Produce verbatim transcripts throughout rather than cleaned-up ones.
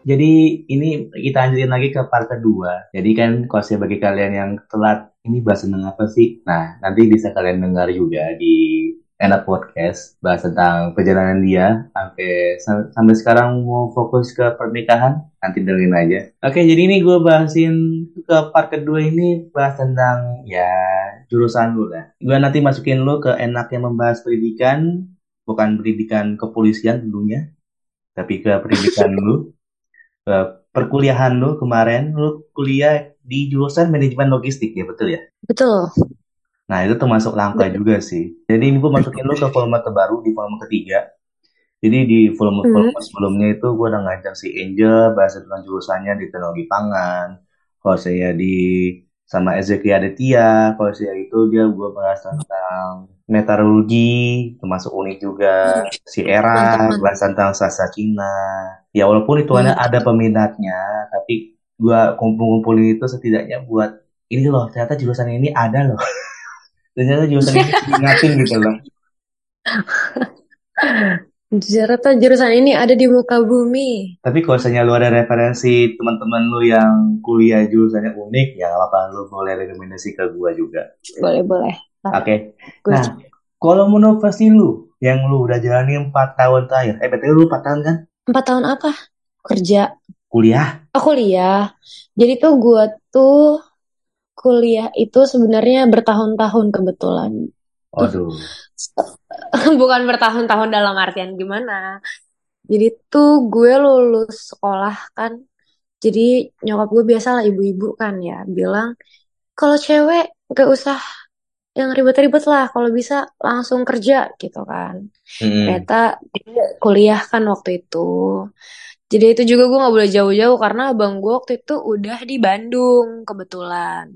Jadi ini kita lanjutin lagi ke part kedua. Jadi kan kalau saya bagi kalian yang telat, ini bahas tentang apa sih? Nah, nanti bisa kalian dengar juga di Enak Podcast, bahas tentang perjalanan dia sampai sam- sampai sekarang mau fokus ke pernikahan. Nanti dengerin aja. Oke, jadi ini gue bahasin ke part kedua ini bahas tentang ya jurusan lu lah. Gue nanti masukin lu ke Enak yang membahas pendidikan, bukan pendidikan kepolisian tentunya, tapi ke pendidikan lu, eh, perkuliahan lu kemarin, lu kuliah di jurusan manajemen logistik ya, betul ya? Betul. Nah, itu termasuk langka juga sih. Jadi ini gue masukin lu ke volume terbaru di volume ketiga. Jadi di Hmm. volume-volume sebelumnya itu gue udah ngajak si Angel bahas tentang jurusannya di teknologi pangan. Kalau saya di sama Ezeki Aditya, kalau saya itu dia gue bahas tentang meteorologi, termasuk unik juga. Si Mantap, Era mantap. bahas tentang sastra Cina. Ya walaupun itu Hmm. ada peminatnya, tapi gue kumpul-kumpulin itu setidaknya buat ini loh, ternyata jurusan ini ada loh. Ternyata jurusan ini dimingatin gitu loh. Ternyata jurusan ini ada di muka bumi. Tapi kalau misalnya lu ada referensi teman-teman lu yang kuliah jurusannya unik, ya nggak apa-apa lu boleh rekomendasi ke gua juga. Boleh, boleh. Ntar Oke. gue Nah, kalau menurut versi lu, yang lu udah jalani empat tahun terakhir, eh betul lu empat tahun kan? empat tahun apa? Kerja. Kuliah? Oh, kuliah. Jadi tuh gue tuh kuliah itu sebenarnya bertahun-tahun kebetulan. Aduh. Bukan bertahun-tahun dalam artian gimana. Jadi tuh gue lulus sekolah kan. Jadi nyokap gue biasa lah ibu-ibu kan ya bilang kalau cewek gak usah yang ribet-ribet lah. Kalau bisa langsung kerja gitu kan. Hmm. Ternyata dia kuliah kan waktu itu. Jadi itu juga gue gak boleh jauh-jauh karena abang gue waktu itu udah di Bandung kebetulan.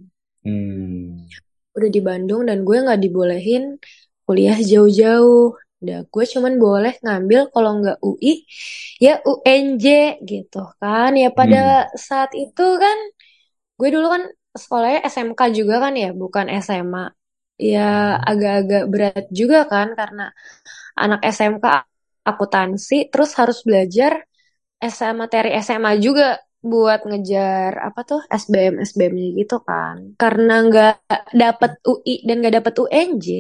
Hmm. Udah di Bandung dan gue nggak dibolehin kuliah jauh-jauh. Udah gue cuman boleh ngambil kalau nggak U I ya U N J gitu kan. Ya pada Hmm. saat itu kan gue dulu kan sekolahnya S M K juga kan ya, bukan S M A. Ya agak-agak berat juga kan karena anak S M K akuntansi terus harus belajar S M A materi S M A juga buat ngejar apa tuh S B M S B M-nya gitu kan. Karena nggak dapet U I dan nggak dapet U N J,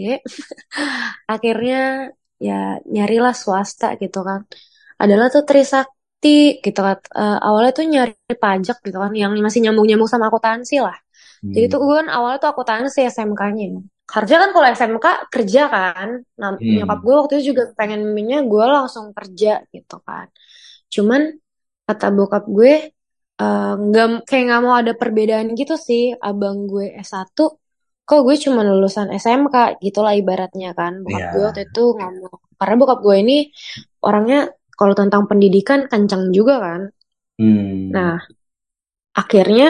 akhirnya ya nyarilah swasta gitu kan. Adalah tuh Trisakti gitu kan. Eh, awalnya tuh nyari pajak gitu kan, yang masih nyambung-nyambung sama akuntansi lah. Jadi Hmm. tuh gue kan awalnya tuh akuntansi S M K-nya. Harusnya kan kalau S M K kerja kan. Nah, nyokap Hmm. gue waktu itu juga pengen minyak gue langsung kerja gitu kan. Cuman kata bokap gue eh, nggak kayak nggak mau ada perbedaan gitu sih. Abang gue S satu kok gue cuma lulusan S M K gitulah ibaratnya kan. Bokap gue waktu Ya. itu ngomong karena bokap gue ini orangnya kalau tentang pendidikan kencang juga kan. Hmm. Nah, akhirnya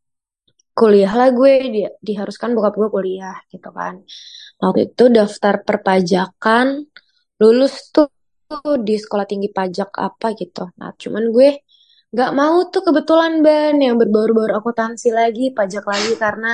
kuliah lah gue di, diharuskan bokap gue kuliah gitu kan. Nah, waktu itu daftar perpajakan lulus tuh di sekolah tinggi pajak apa gitu. Nah, cuman gue nggak mau tuh kebetulan ban yang berbaur-baur akuntansi lagi, pajak lagi karena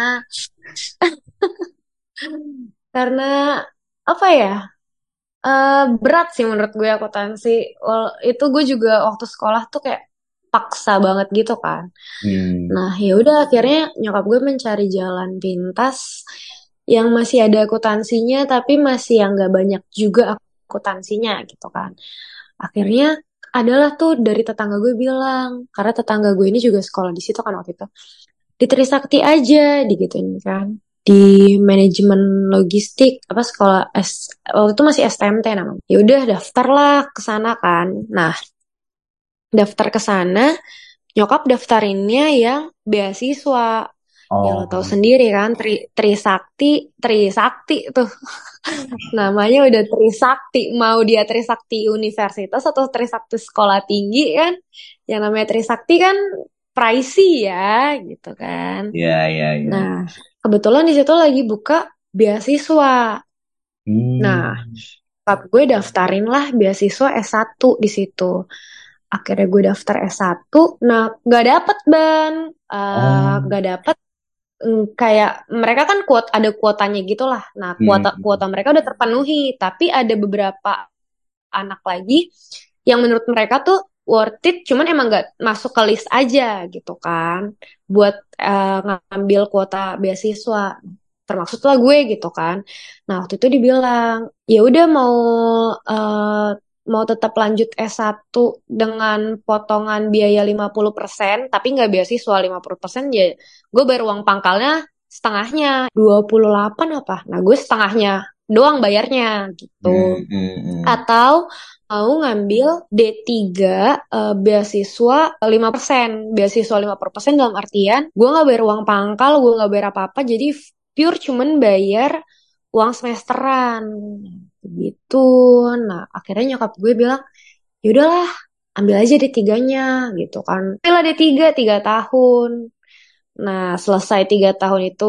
karena apa ya? eh, berat sih menurut gue akuntansi. Wal- Itu gue juga waktu sekolah tuh kayak paksa banget gitu kan. Hmm. Nah, ya udah akhirnya nyokap gue mencari jalan pintas yang masih ada akuntansinya tapi masih yang gak banyak juga akuntansinya gitu kan. Akhirnya adalah tuh dari tetangga gue bilang, karena tetangga gue ini juga sekolah di situ kan waktu itu. Di Trisakti aja digituin kan. Di manajemen logistik apa sekolah S waktu itu masih S T M T namanya. Ya udah daftarlah ke sana kan. Nah, daftar ke sana nyokap daftarinnya yang beasiswa. Ya lo tahu Oh. sendiri kan, Tri, Trisakti, Trisakti tuh. Namanya udah Trisakti. Mau dia Trisakti Universitas atau Trisakti Sekolah Tinggi kan. Yang namanya Trisakti kan pricey ya gitu kan. Ya, ya, ya. Nah, kebetulan di situ lagi buka beasiswa. Nah, Hmm. kap gue daftarin lah beasiswa S satu di situ. Akhirnya gue daftar S satu, nah gak dapet ban, Eh, Oh. gak dapet mm, kayak mereka kan kuot ada kuotanya gitu lah. Nah kuota Hmm. kuota mereka udah terpenuhi, tapi ada beberapa anak lagi yang menurut mereka tuh worth it, cuman emang nggak masuk ke list aja gitu kan, buat eh, ngambil kuota beasiswa, termaksud lah gue gitu kan. Nah waktu itu dibilang, ya udah mau eh, mau tetap lanjut S satu dengan potongan biaya lima puluh persen, tapi nggak beasiswa lima puluh persen, ya gue bayar uang pangkalnya setengahnya, dua puluh delapan apa. Nah gue setengahnya doang bayarnya Hmm, gitu. hmm, hmm. Atau mau ngambil D tiga eh, beasiswa lima persen. Beasiswa lima puluh persen dalam artian gue nggak bayar uang pangkal, gue nggak bayar apa-apa, jadi pure cuman bayar uang semesteran gitu. Nah akhirnya nyokap gue bilang, yaudahlah ambil aja D tiga-nya gitu kan. Ambil D tiga tiga tahun. Nah selesai tiga tahun itu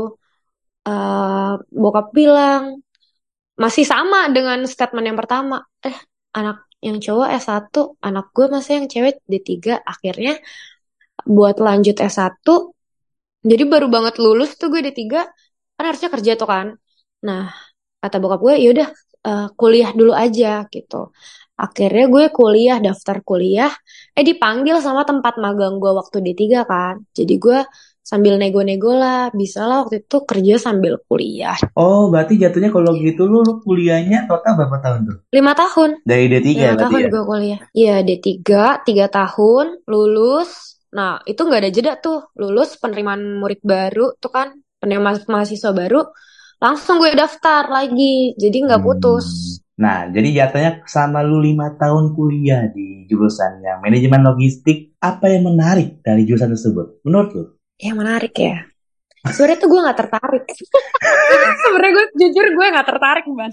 eh, bokap bilang, masih sama dengan statement yang pertama. Eh, anak yang cowok S satu, anak gue masih yang cewek D tiga. Akhirnya buat lanjut S satu, jadi baru banget lulus tuh gue D tiga, kan harusnya kerja tuh kan. Nah, kata bokap gue, yaudah eh, kuliah dulu aja gitu. Akhirnya gue kuliah, daftar kuliah, eh dipanggil sama tempat magang gue waktu D tiga kan. Jadi gue sambil nego-nego lah, bisa lah waktu itu kerja sambil kuliah. Oh, berarti jatuhnya kalau gitu lu, lu kuliahnya total berapa tahun tuh? Lima tahun. Dari D tiga Lima berarti tahun ya? gue kuliah. Iya, D tiga, tiga tahun, lulus. Nah, itu nggak ada jeda tuh. Lulus, penerimaan murid baru tuh kan, penerimaan mahasiswa baru, langsung gue daftar lagi. Jadi nggak putus. Hmm. Nah, jadi jatuhnya sama lu lima tahun kuliah di jurusannya manajemen logistik, apa yang menarik dari jurusan tersebut? Menurut lu? Yang menarik ya. Sebenarnya tuh gue nggak tertarik. Sebenarnya gue jujur gue nggak tertarik banget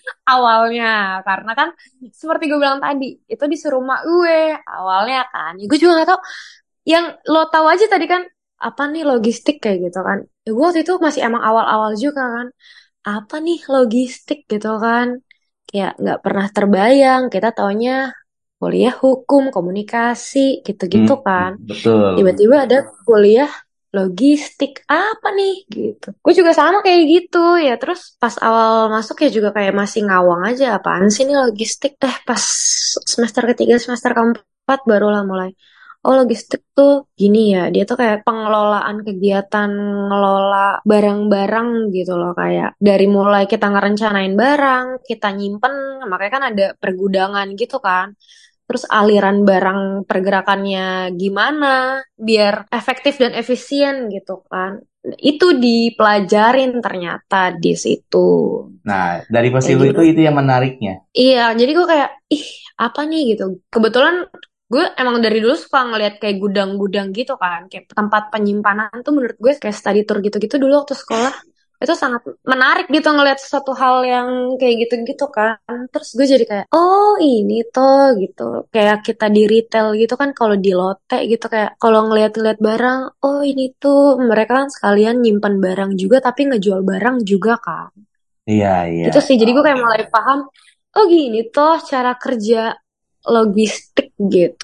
awalnya, karena kan seperti gue bilang tadi, itu disuruh mak gue awalnya kan. Ya, gue juga nggak tahu. Yang lo tahu aja tadi kan, apa nih logistik kayak gitu kan. Ya, gue waktu itu masih emang awal-awal juga kan. Apa nih logistik gitu kan. Kayak nggak pernah terbayang. Kita taunya kuliah hukum, komunikasi, gitu-gitu Hmm, kan. betul. Tiba-tiba ada kuliah logistik. Apa nih gitu. Gue juga sama kayak gitu ya. Terus pas awal masuk ya juga kayak masih ngawang aja. Apaan sih nih logistik. Eh pas semester ketiga, semester keempat barulah mulai. Oh logistik tuh gini ya, dia tuh kayak pengelolaan kegiatan ngelola barang-barang gitu loh. Kayak dari mulai kita ngerencanain barang, kita nyimpen, makanya kan ada pergudangan gitu kan. Terus aliran barang pergerakannya gimana biar efektif dan efisien gitu kan. Itu dipelajarin ternyata di situ. Nah, dari versi Kayak lu gitu. itu itu yang menariknya. Iya, jadi gue kayak, ih, apa nih gitu. Kebetulan gue emang dari dulu suka ngeliat kayak gudang-gudang gitu kan. Kayak tempat penyimpanan tuh menurut gue kayak study tour gitu-gitu dulu waktu sekolah. Itu sangat menarik gitu ngeliat sesuatu hal yang kayak gitu-gitu kan. Terus gue jadi kayak, oh ini toh gitu. Kayak kita di retail gitu kan, kalau di lote gitu kayak, kalau ngeliat-ngeliat barang, oh ini tuh mereka kan sekalian nyimpan barang juga tapi ngejual barang juga kan. Iya, iya. Gitu sih, jadi gue kayak mulai paham, oh gini toh cara kerja logistik gitu.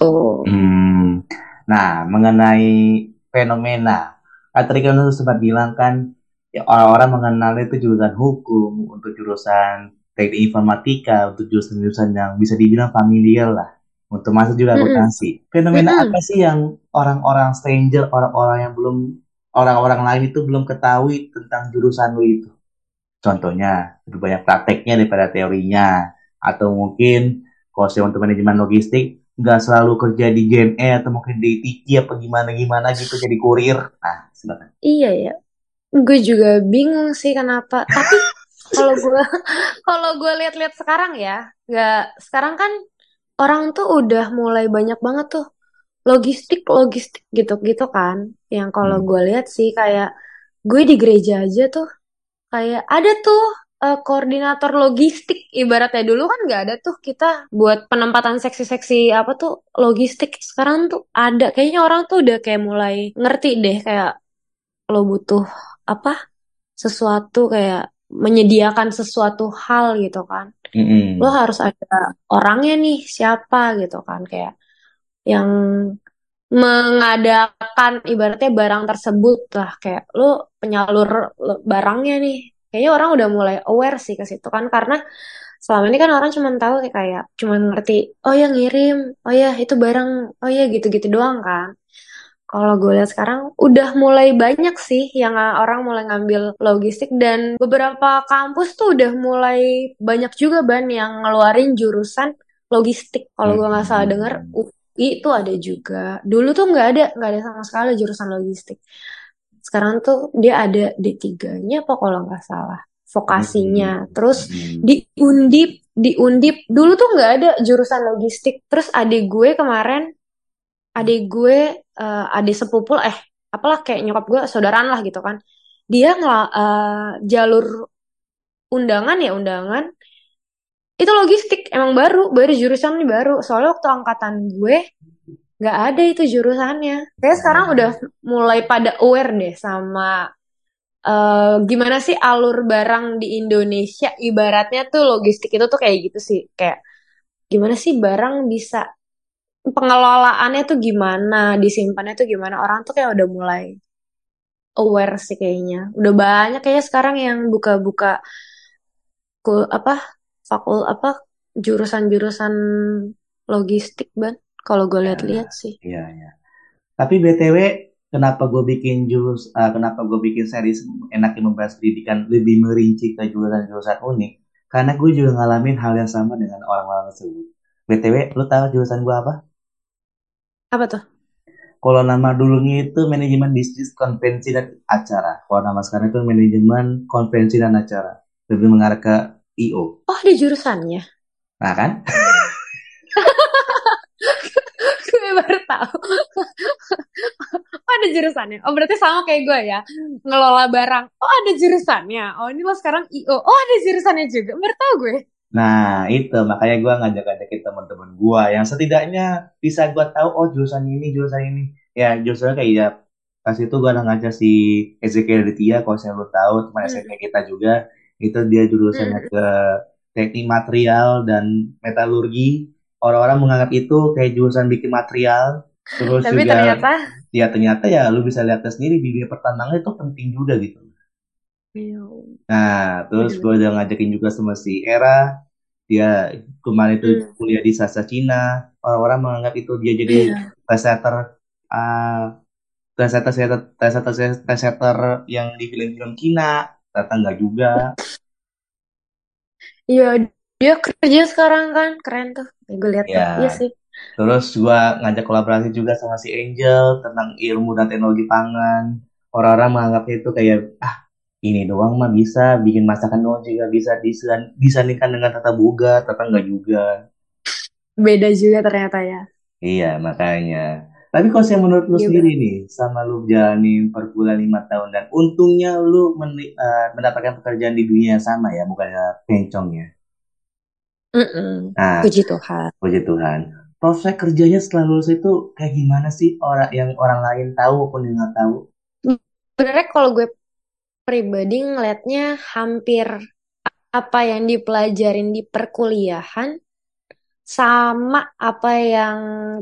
Hmm. Nah, mengenai fenomena, kan tadi kan lu sempat bilang kan, ya orang-orang mengenal itu jurusan hukum, untuk jurusan teknik informatika, untuk jurusan-jurusan yang bisa dibilang familiar lah, untuk masuk juga Mm-mm. akuntansi. Fenomena apa Mm-mm. sih yang orang-orang stranger, orang-orang yang belum, orang-orang lain itu belum ketahui tentang jurusan lu itu? Contohnya, lebih banyak prakteknya daripada teorinya. Atau mungkin, kalau saya untuk manajemen logistik, nggak selalu kerja di Gen E atau mungkin di Tiki apa gimana-gimana gitu jadi kurir. Nah, silakan. Iya ya, gue juga bingung sih kenapa. Tapi kalau gue kalau gue lihat-lihat sekarang ya, nggak, sekarang kan orang tuh udah mulai banyak banget tuh logistik logistik gitu-gitu kan. Yang kalau Hmm. gue lihat sih kayak, gue di gereja aja tuh kayak ada tuh eh, koordinator logistik. Ibaratnya dulu kan nggak ada tuh kita buat penempatan seksi-seksi apa tuh logistik. Sekarang tuh ada. Kayaknya orang tuh udah kayak mulai ngerti deh, kayak lo butuh apa, sesuatu kayak menyediakan sesuatu hal gitu kan. Lo Mm-mm. harus ada orangnya nih siapa gitu kan, kayak yang mengadakan ibaratnya barang tersebut lah, kayak lo penyalur lo- barangnya nih. Kayaknya orang udah mulai aware sih ke situ kan, karena Selama ini kan orang cuma tahu kayak kayak cuma ngerti, oh ya ngirim, oh ya itu barang, oh ya gitu-gitu doang kan. Kalau gue lihat sekarang udah mulai banyak sih yang uh, orang mulai ngambil logistik dan beberapa kampus tuh udah mulai banyak juga ban yang ngeluarin jurusan logistik. Kalau gue nggak salah denger Hmm. U I itu ada juga. Dulu tuh nggak ada, nggak ada sama sekali jurusan logistik. Sekarang tuh dia ada D tiga-nya apa kalau nggak salah vokasinya. Hmm. Terus Hmm. di Undip, di Undip dulu tuh nggak ada jurusan logistik. Terus adik gue kemarin adik gue eh, adik sepupu eh apalah kayak nyokap gue saudaraan lah gitu kan dia ngela eh, jalur undangan ya undangan itu logistik emang baru baru jurusan ini baru soalnya waktu angkatan gue nggak ada itu jurusannya kayak sekarang udah Oh. mulai pada aware deh sama eh, gimana sih alur barang di Indonesia ibaratnya tuh logistik itu tuh kayak gitu sih kayak gimana sih barang bisa pengelolaannya tuh gimana disimpannya tuh gimana orang tuh kayak udah mulai aware sih kayaknya. Udah banyak kayaknya sekarang yang buka-buka kul apa fakul apa jurusan-jurusan logistik ban. Kalau gue Ya, lihat-lihat sih. iya, iya. Tapi B T W, kenapa gue bikin jurus, ah, kenapa gue bikin series enaknya membahas pendidikan lebih merinci ke jurusan-jurusan unik? Karena gue juga ngalamin hal yang sama dengan orang-orang tersebut. B T W, lu tahu jurusan gue apa? Apa tuh? Kalau nama dulunya itu manajemen bisnis konvensi dan acara. Kalau nama sekarang itu manajemen konvensi dan acara. Lebih mengarah ke I O. Oh, ada jurusannya. Nah kan? Gue baru tahu. Oh, ada jurusannya. Oh, berarti sama kayak gue ya. Ngelola barang. Oh, ada jurusannya. Oh, ini lo sekarang I O. Oh, ada jurusannya juga. Baru tahu gue. Nah, itu makanya gue ngajak-ngajakin teman-teman gue yang setidaknya bisa gue tahu oh jurusan ini, jurusan ini. Ya, jurusannya kayak ya pas itu gue udah ngajak si Ezekiel Aditya, kalau saya lu tahu teman S M P Hmm. kita juga, itu dia jurusannya Hmm. ke teknik material dan metalurgi. Orang-orang menganggap itu kayak jurusan bikin material, terus Tapi juga ternyata ya ternyata ya lu bisa lihat sendiri di dunia pertambangan itu penting juga gitu. iya, Nah, terus gue bener-bener. udah ngajakin juga sama si Era, dia kemarin itu Hmm. kuliah di Sasa Cina. Orang-orang menganggap itu dia jadi Iya. presetter, uh, presetter, presetter, presetter, presetter yang di film-film Cina. Ternyata enggak juga. Iya, dia kerja sekarang kan. Keren tuh. Ya, gue lihat Ya, tuh. Iya sih. terus gue ngajak kolaborasi juga sama si Angel tentang ilmu dan teknologi pangan. Orang-orang menganggapnya itu kayak, ah ini doang mah bisa, bikin masakan doang juga bisa disan- disandingkan dengan tata boga, ternyata enggak juga. Beda juga ternyata ya. Iya, makanya. Tapi kalau saya menurut lu Iya sendiri banget. nih, sama lu jalanin perkuliahan lima tahun dan untungnya lu meni- eh, mendapatkan pekerjaan di dunia yang sama ya, bukannya pencongnya. Mm-mm. Nah, Puji Tuhan. puji Tuhan. Prospek kerjanya setelah lulus itu kayak gimana sih orang yang orang lain tahu pun yang nggak tahu? Sebenarnya kalau gue pribadi ngelihatnya hampir apa yang dipelajarin di perkuliahan sama apa yang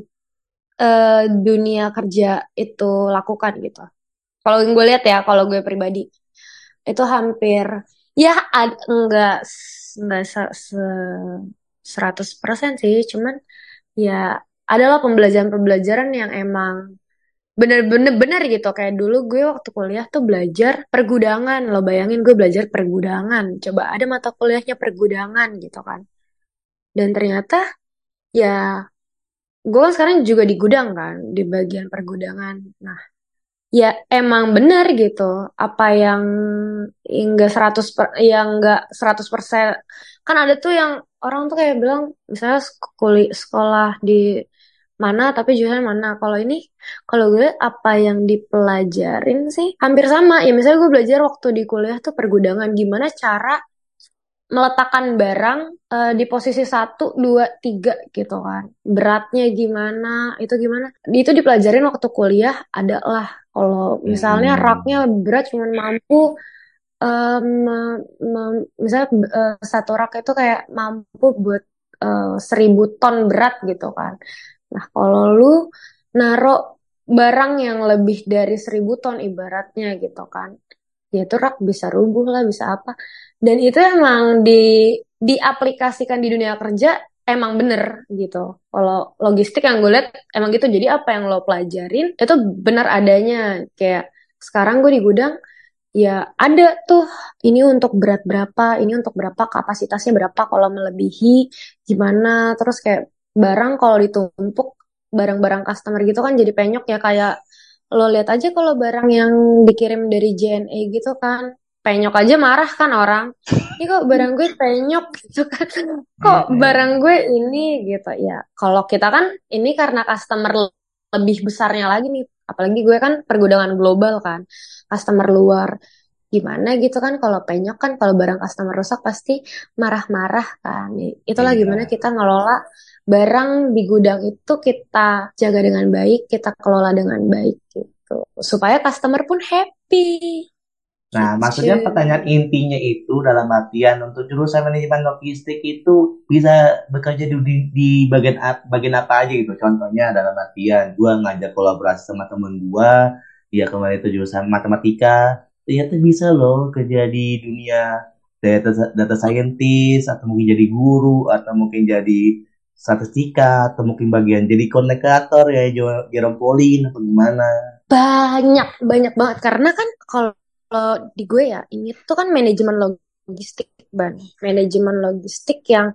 eh, dunia kerja itu lakukan gitu. Kalau yang gue lihat ya, kalau gue pribadi itu hampir ya ad, enggak enggak se, se seratus persen sih, cuman ya adalah pembelajaran-pembelajaran yang emang bener-bener bener gitu. Kayak dulu gue waktu kuliah tuh belajar pergudangan. Lo bayangin gue belajar pergudangan. Coba ada mata kuliahnya pergudangan gitu kan. Dan ternyata ya gue kan sekarang juga di gudang kan, di bagian pergudangan. Nah, ya emang bener gitu. Apa yang enggak seratus per, yang enggak seratus persen kan ada tuh yang orang tuh kayak bilang misalnya sekuli, sekolah di mana tapi jurusan mana. Kalau ini kalau gue apa yang dipelajarin sih hampir sama. Ya misalnya gue belajar waktu di kuliah tuh pergudangan gimana cara meletakkan barang eh, di posisi satu, dua, tiga gitu kan. Beratnya gimana, itu gimana. Itu dipelajarin waktu kuliah adalah kalau misalnya raknya Hmm. berat cuma mampu eh, me- me- misalnya eh, satu rak itu kayak mampu buat eh, seribu ton berat gitu kan. Nah kalau lu naruh barang yang lebih dari seribu ton ibaratnya gitu kan. ya itu rak bisa rubuh lah, bisa apa. Dan itu emang di diaplikasikan di dunia kerja emang bener gitu. Kalau logistik yang gue lihat emang gitu. Jadi apa yang lo pelajarin itu benar adanya. Kayak sekarang gue di gudang, ya ada tuh ini untuk berat berapa, ini untuk berapa, kapasitasnya berapa, kalau melebihi gimana. Terus kayak barang kalau ditumpuk, barang-barang customer gitu kan jadi penyok ya, kayak lo lihat aja kalau barang yang dikirim dari J N E gitu kan, penyok aja marah kan orang. Ini kok barang gue penyok gitu kan. Kok Iya, iya. barang gue ini gitu ya. Kalau kita kan ini karena customer lebih besarnya lagi nih. Apalagi gue kan pergudangan global kan, customer luar gimana gitu kan. Kalau penyok kan, kalau barang customer rusak pasti marah-marah kan. Itulah gimana Iya. kita ngelola barang di gudang itu, kita jaga dengan baik, kita kelola dengan baik gitu, supaya customer pun happy Nah, maksudnya gitu. pertanyaan intinya itu dalam artian untuk jurusan manajemen logistik itu bisa bekerja di, di, di bagian ap- bagian apa aja gitu. Contohnya dalam artian gua ngajak kolaborasi sama temen gua, dia kemarin itu jurusan matematika, ternyata bisa loh kerja di dunia data data scientist, atau mungkin jadi guru, atau mungkin jadi statistika, atau mungkin bagian jadi content creator ya Jo- Jerome Pauline atau gimana. Banyak banyak banget, karena kan kalau di gue ya ini tuh kan manajemen logistik, ban manajemen logistik yang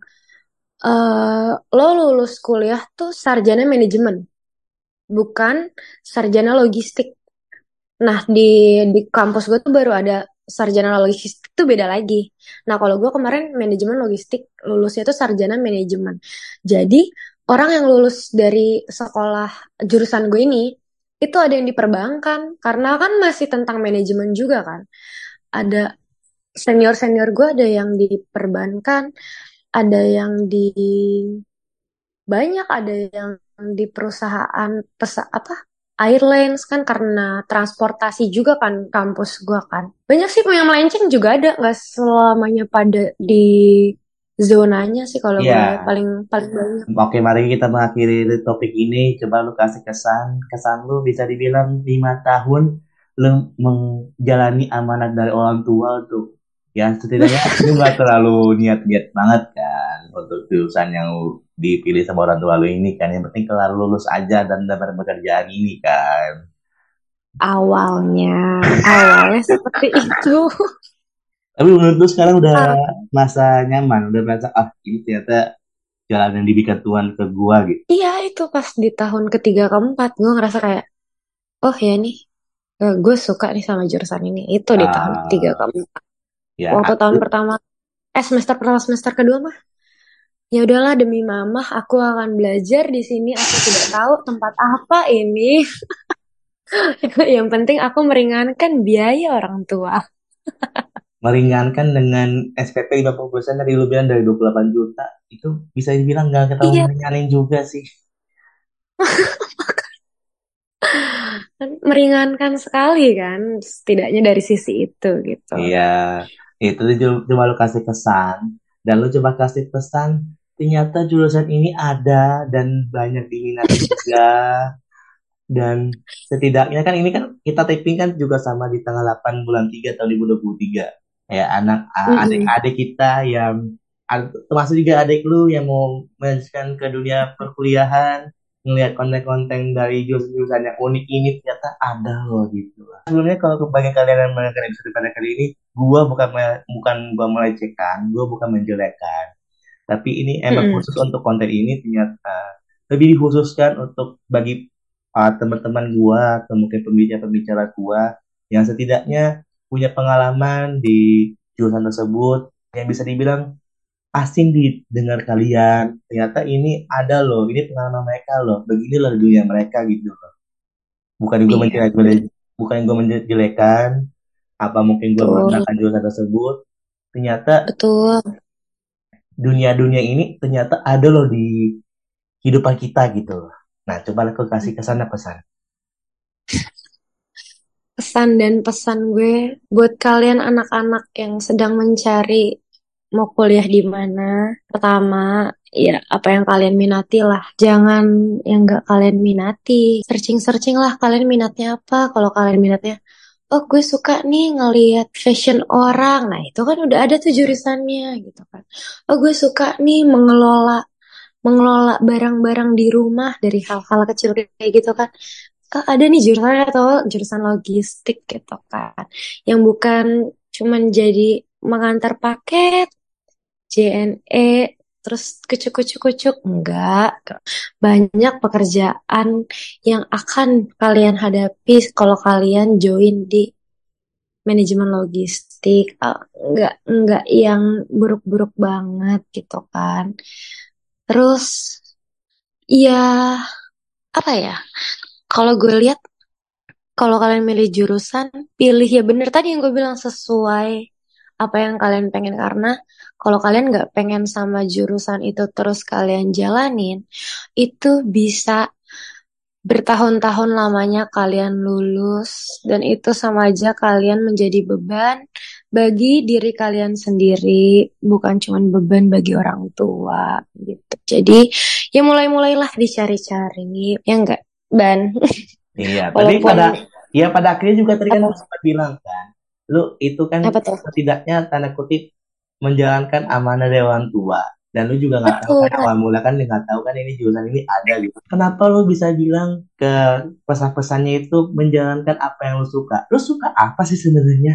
eh, lo lulus kuliah tuh sarjana manajemen, bukan sarjana logistik. Nah, di di kampus gue tuh baru ada sarjana logistik tuh, beda lagi. Nah, kalau gue kemarin manajemen logistik, lulusnya tuh sarjana manajemen. Jadi, orang yang lulus dari sekolah jurusan gue ini, itu ada yang di perbankan, karena kan masih tentang manajemen juga kan. Ada senior-senior gue, ada yang di perbankan, ada yang di banyak, ada yang di perusahaan pesa apa airlines kan, karena transportasi juga kan kampus gua kan. Banyak sih yang melenceng juga ada, nggak selamanya pada di zonanya sih kalau gue lihat, Iya. paling paling banyak. Oke, mari kita mengakhiri topik ini. Coba lu kasih kesan. Kesan lu bisa dibilang lima tahun lu menjalani amanat dari orang tua tuh. Ya, setidaknya lu nggak terlalu niat-niat banget kan untuk jurusan yang lu dipilih sama orang tua lu ini kan. Yang penting kelar lulus aja dan dapat pekerjaan ini kan. Awalnya, awalnya seperti itu. Tapi menurut lu sekarang udah Ah, masa nyaman, udah merasa ah ini ternyata jalan yang diberikan Tuhan ke gua gitu. iya, itu pas di tahun ketiga keempat gue ngerasa kayak, oh ya nih, eh, gue suka nih sama jurusan ini. Itu di tahun ketiga Ah, keempat. ya, Waktu tahun pertama, eh semester pertama semester kedua mah, ya udahlah, demi mamah aku akan belajar di sini. Aku tidak tahu tempat apa ini. Yang penting aku meringankan biaya orang tua. meringankan dengan S P P puluh persen tadi lu bilang dari dua puluh delapan juta itu bisa dibilang nggak terlalu Iya, meringanin juga sih. kan meringankan sekali kan, setidaknya dari sisi itu gitu. Iya, itu lu cuma, cuma lu kasih kesan dan lu coba kasih pesan ternyata jurusan ini ada dan banyak diminati juga. Dan setidaknya kan ini kan kita taping kan juga sama di tanggal delapan bulan tiga tahun dua ribu dua puluh tiga. Ya anak a- Mm-mm. adik-adik kita yang ad- termasuk juga adik lu yang mau melanjutkan ke dunia perkuliahan, ngelihat konten-konten dari jurusan-jurusan yang unik ini ternyata ada loh gitu. Sebelumnya kalau kebanyakan kalian yang mendengar episode pada kali ini, gua bukan me- bukan gua melecehkan, gua bukan menjelekkan, tapi ini emang Mm-mm. khusus untuk konten ini ternyata lebih dikhususkan untuk bagi uh, teman-teman gua atau mungkin pembicara-pembicara gua yang setidaknya punya pengalaman di jurusan tersebut yang bisa dibilang asing didengar kalian. Ternyata ini ada loh, ini pengalaman mereka loh. Beginilah dunia mereka gitu loh. Bukan gue Iya, menjelek, bukan gue menjelekan, apa mungkin gue betul, merendahkan jurusan tersebut. Ternyata betul. dunia-dunia ini ternyata ada loh di kehidupan kita gitu loh. Nah, coba aku kasih kesan pesan. Pesan dan pesan gue buat kalian anak-anak yang sedang mencari mau kuliah di mana. Pertama, ya apa yang kalian minati lah. Jangan yang gak kalian minati. Searching-searching lah kalian minatnya apa. Kalau kalian minatnya oh gue suka nih ngelihat fashion orang. Nah itu kan udah ada tuh jurusannya gitu kan. Oh gue suka nih mengelola mengelola barang-barang di rumah dari hal-hal kecil kayak gitu kan. Oh, ada nih jurusan atau jurusan logistik gitu kan. Yang bukan cuman jadi mengantar paket, J N E, terus kucuk-kucuk-kucuk. Enggak. Banyak pekerjaan yang akan kalian hadapi kalau kalian join di manajemen logistik. Eh, enggak, enggak yang buruk-buruk banget gitu kan. Terus, ya apa ya? Kalau gue lihat, kalau kalian milih jurusan, pilih ya bener tadi yang gue bilang sesuai apa yang kalian pengen. Karena kalau kalian nggak pengen sama jurusan itu terus kalian jalanin, itu bisa bertahun-tahun lamanya kalian lulus dan itu sama aja kalian menjadi beban bagi diri kalian sendiri, bukan cuma beban bagi orang tua gitu. Jadi ya mulai-mulailah dicari-cari, ya enggak, Ban? Iya, tapi Walaupun pada ya pada akhirnya juga tadi kan apa lu sempat bilang kan, lu itu kan apa tuh? setidaknya tanda kutip menjalankan amanah dari orang tua. Dan lu juga nggak tahu Betul. kan awal mula kan nggak tahu kan ini jurusan ini ada gitu. Kenapa lu bisa bilang ke pesan-pesannya itu menjalankan apa yang lu suka? Lu suka apa sih sebenarnya?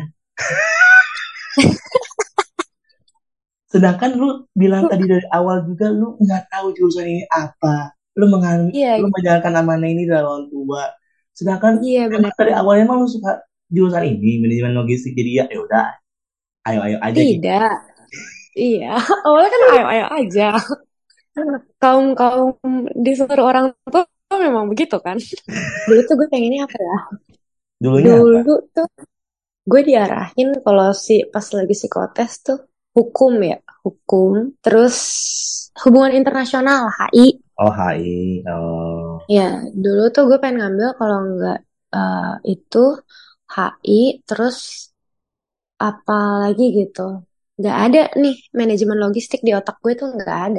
Sedangkan lu bilang tadi dari awal juga lu nggak tahu jurusan ini apa. Lu mengan lu Iya, menjalankan amanah ini dari orang tua. Sedangkan iya emang benar. dari awalnya emang lu suka jurusan ini manajemen logistik jadi ya ya udah ayo ayo aja gitu. Tidak. Iya, awalnya kan ayo-ayo aja. Kaum kaum disuruh orang tua memang begitu kan. Dulu tuh gue pengennya apa ya? Dulunya apa? Dulu tuh gue diarahin kalau si pas lagi psikotes tuh hukum ya, hukum. Terus hubungan internasional H I. Oh H I. Oh. Ya, dulu tuh gue pengen ngambil kalau nggak eh, itu H I, terus apa lagi gitu. Nggak ada nih manajemen logistik di otak gue tuh nggak ada.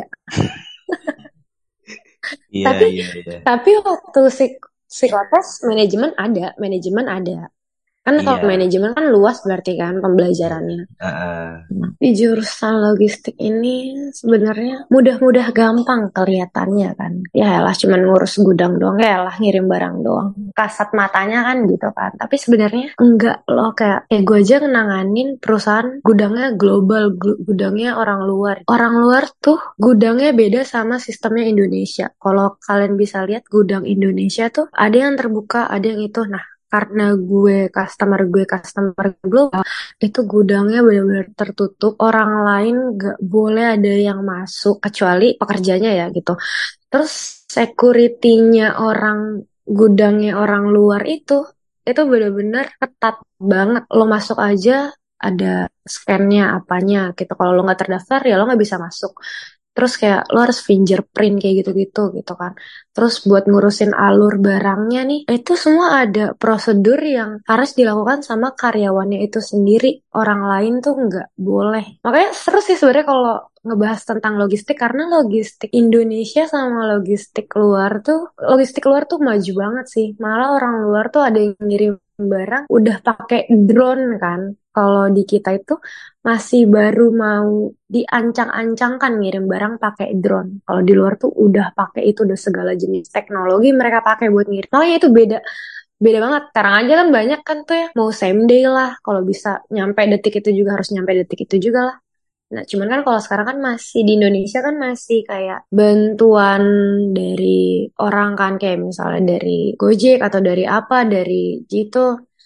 Iya Tapi iya iya. tapi waktu psik psikotes manajemen ada, manajemen ada. Kan kalau Iya. manajemen kan luas berarti kan Iya. pembelajarannya. Heeh. Di jurusan logistik ini sebenarnya mudah-mudah gampang kelihatannya kan. Ya lah cuman ngurus gudang doang, ya lah ngirim barang doang. Kasat matanya kan gitu kan. Tapi sebenarnya enggak loh, kayak kayak gue aja nanganin perusahaan gudangnya global, gu- gudangnya orang luar. Orang luar tuh gudangnya beda sama sistemnya Indonesia. Kalau kalian bisa lihat gudang Indonesia tuh ada yang terbuka, ada yang itu. Nah, karena gue customer gue customer global, itu gudangnya benar-benar tertutup, orang lain gak boleh ada yang masuk kecuali pekerjanya ya gitu. Terus security-nya orang gudangnya orang luar itu itu benar-benar ketat banget. Lo masuk aja ada scan-nya apanya gitu. Kalau lo nggak terdaftar ya lo nggak bisa masuk. Terus kayak lo harus fingerprint kayak gitu-gitu gitu kan. Terus buat ngurusin alur barangnya nih, itu semua ada prosedur yang harus dilakukan sama karyawannya itu sendiri. Orang lain tuh nggak boleh. Makanya seru sih sebenarnya kalau ngebahas tentang logistik, karena logistik Indonesia sama logistik luar tuh, logistik luar tuh maju banget sih. Malah orang luar tuh ada yang ngirim barang udah pakai drone kan. Kalau di kita itu masih baru mau diancang-ancangkan ngirim barang pakai drone. Kalau di luar tuh udah pakai itu, udah segala jenis teknologi mereka pakai buat ngirim. Makanya itu beda, beda banget. Sekarang aja kan banyak kan tuh ya mau same day lah. Kalau bisa nyampe detik itu juga harus nyampe detik itu juga lah. Nah, cuman kan kalau sekarang kan masih di Indonesia kan masih kayak bantuan dari orang kan, kayak misalnya dari Gojek atau dari apa, dari Jito,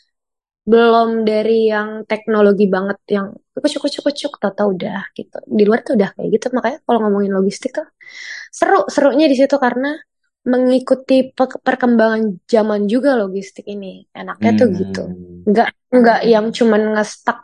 belum dari yang teknologi banget yang kucuk kucuk kucuk tau udah gitu. Di luar tuh udah kayak gitu. Makanya kalau ngomongin logistik tuh seru, serunya di situ karena mengikuti pe- perkembangan zaman juga logistik ini. Enaknya tuh gitu. Hmm. Nggak nggak yang cuman ngestak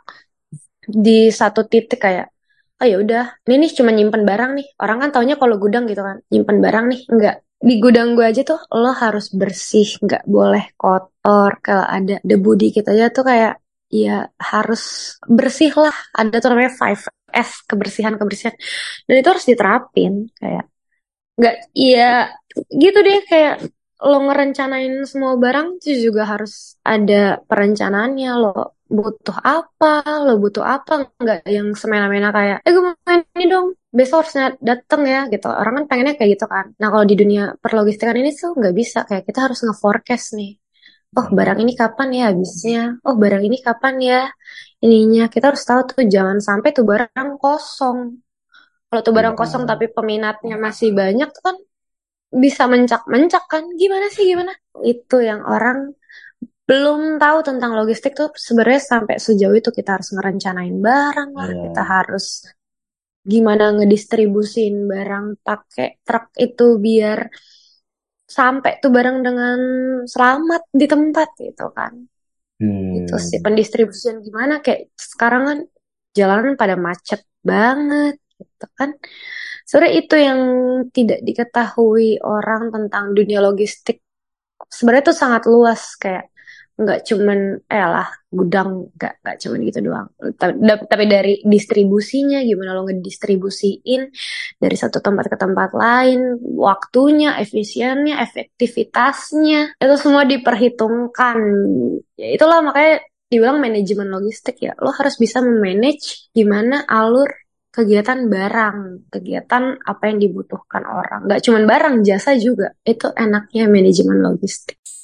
di satu titik kayak, oh ya udah ini nih cuma nyimpen barang nih. Orang kan taunya kalau gudang gitu kan nyimpen barang nih. Enggak, di gudang gue aja tuh lo harus bersih, nggak boleh kotor. Kalau ada debu dikit aja tuh kayak ya harus bersih lah. Ada tuh namanya five S, kebersihan kebersihan, dan itu harus diterapin kayak nggak, iya gitu deh, kayak lo ngerencanain semua barang itu juga harus ada perencanaannya. Lo butuh apa, lo butuh apa, nggak yang semena-mena kayak, eh gue mau ini dong, besok harusnya dateng ya gitu. Orang kan pengennya kayak gitu kan. Nah kalau di dunia perlogistikan ini tuh nggak bisa, kayak kita harus nge-forecast nih. Oh barang ini kapan ya habisnya? Oh barang ini kapan ya ininya? Kita harus tahu tuh jangan sampai tuh barang kosong. Kalau tuh barang kosong Iya. tapi peminatnya masih banyak tuh kan bisa mencak-mencak kan? Gimana sih gimana? Itu yang orang belum tahu tentang logistik tuh sebenarnya sampai sejauh itu kita harus ngerencanain barang lah, kita Iya. harus gimana ngedistribusin barang pakai truk itu biar sampai tuh barang dengan selamat di tempat gitu kan. Itu sih Hmm. pendistribusian gimana kayak sekarang kan jalanan pada macet banget gitu kan. Sebenarnya itu yang tidak diketahui orang tentang dunia logistik. Sebenarnya tuh sangat luas kayak nggak cuman eh lah gudang nggak nggak cuman gitu doang. Tapi, tapi dari distribusinya gimana lo ngedistribusiin dari satu tempat ke tempat lain, waktunya, efisiennya, efektivitasnya itu semua diperhitungkan. Ya itulah makanya dibilang manajemen logistik ya. Lo harus bisa memanage gimana alur kegiatan barang, kegiatan apa yang dibutuhkan orang. Nggak cuma barang, jasa juga. Itu enaknya manajemen logistik.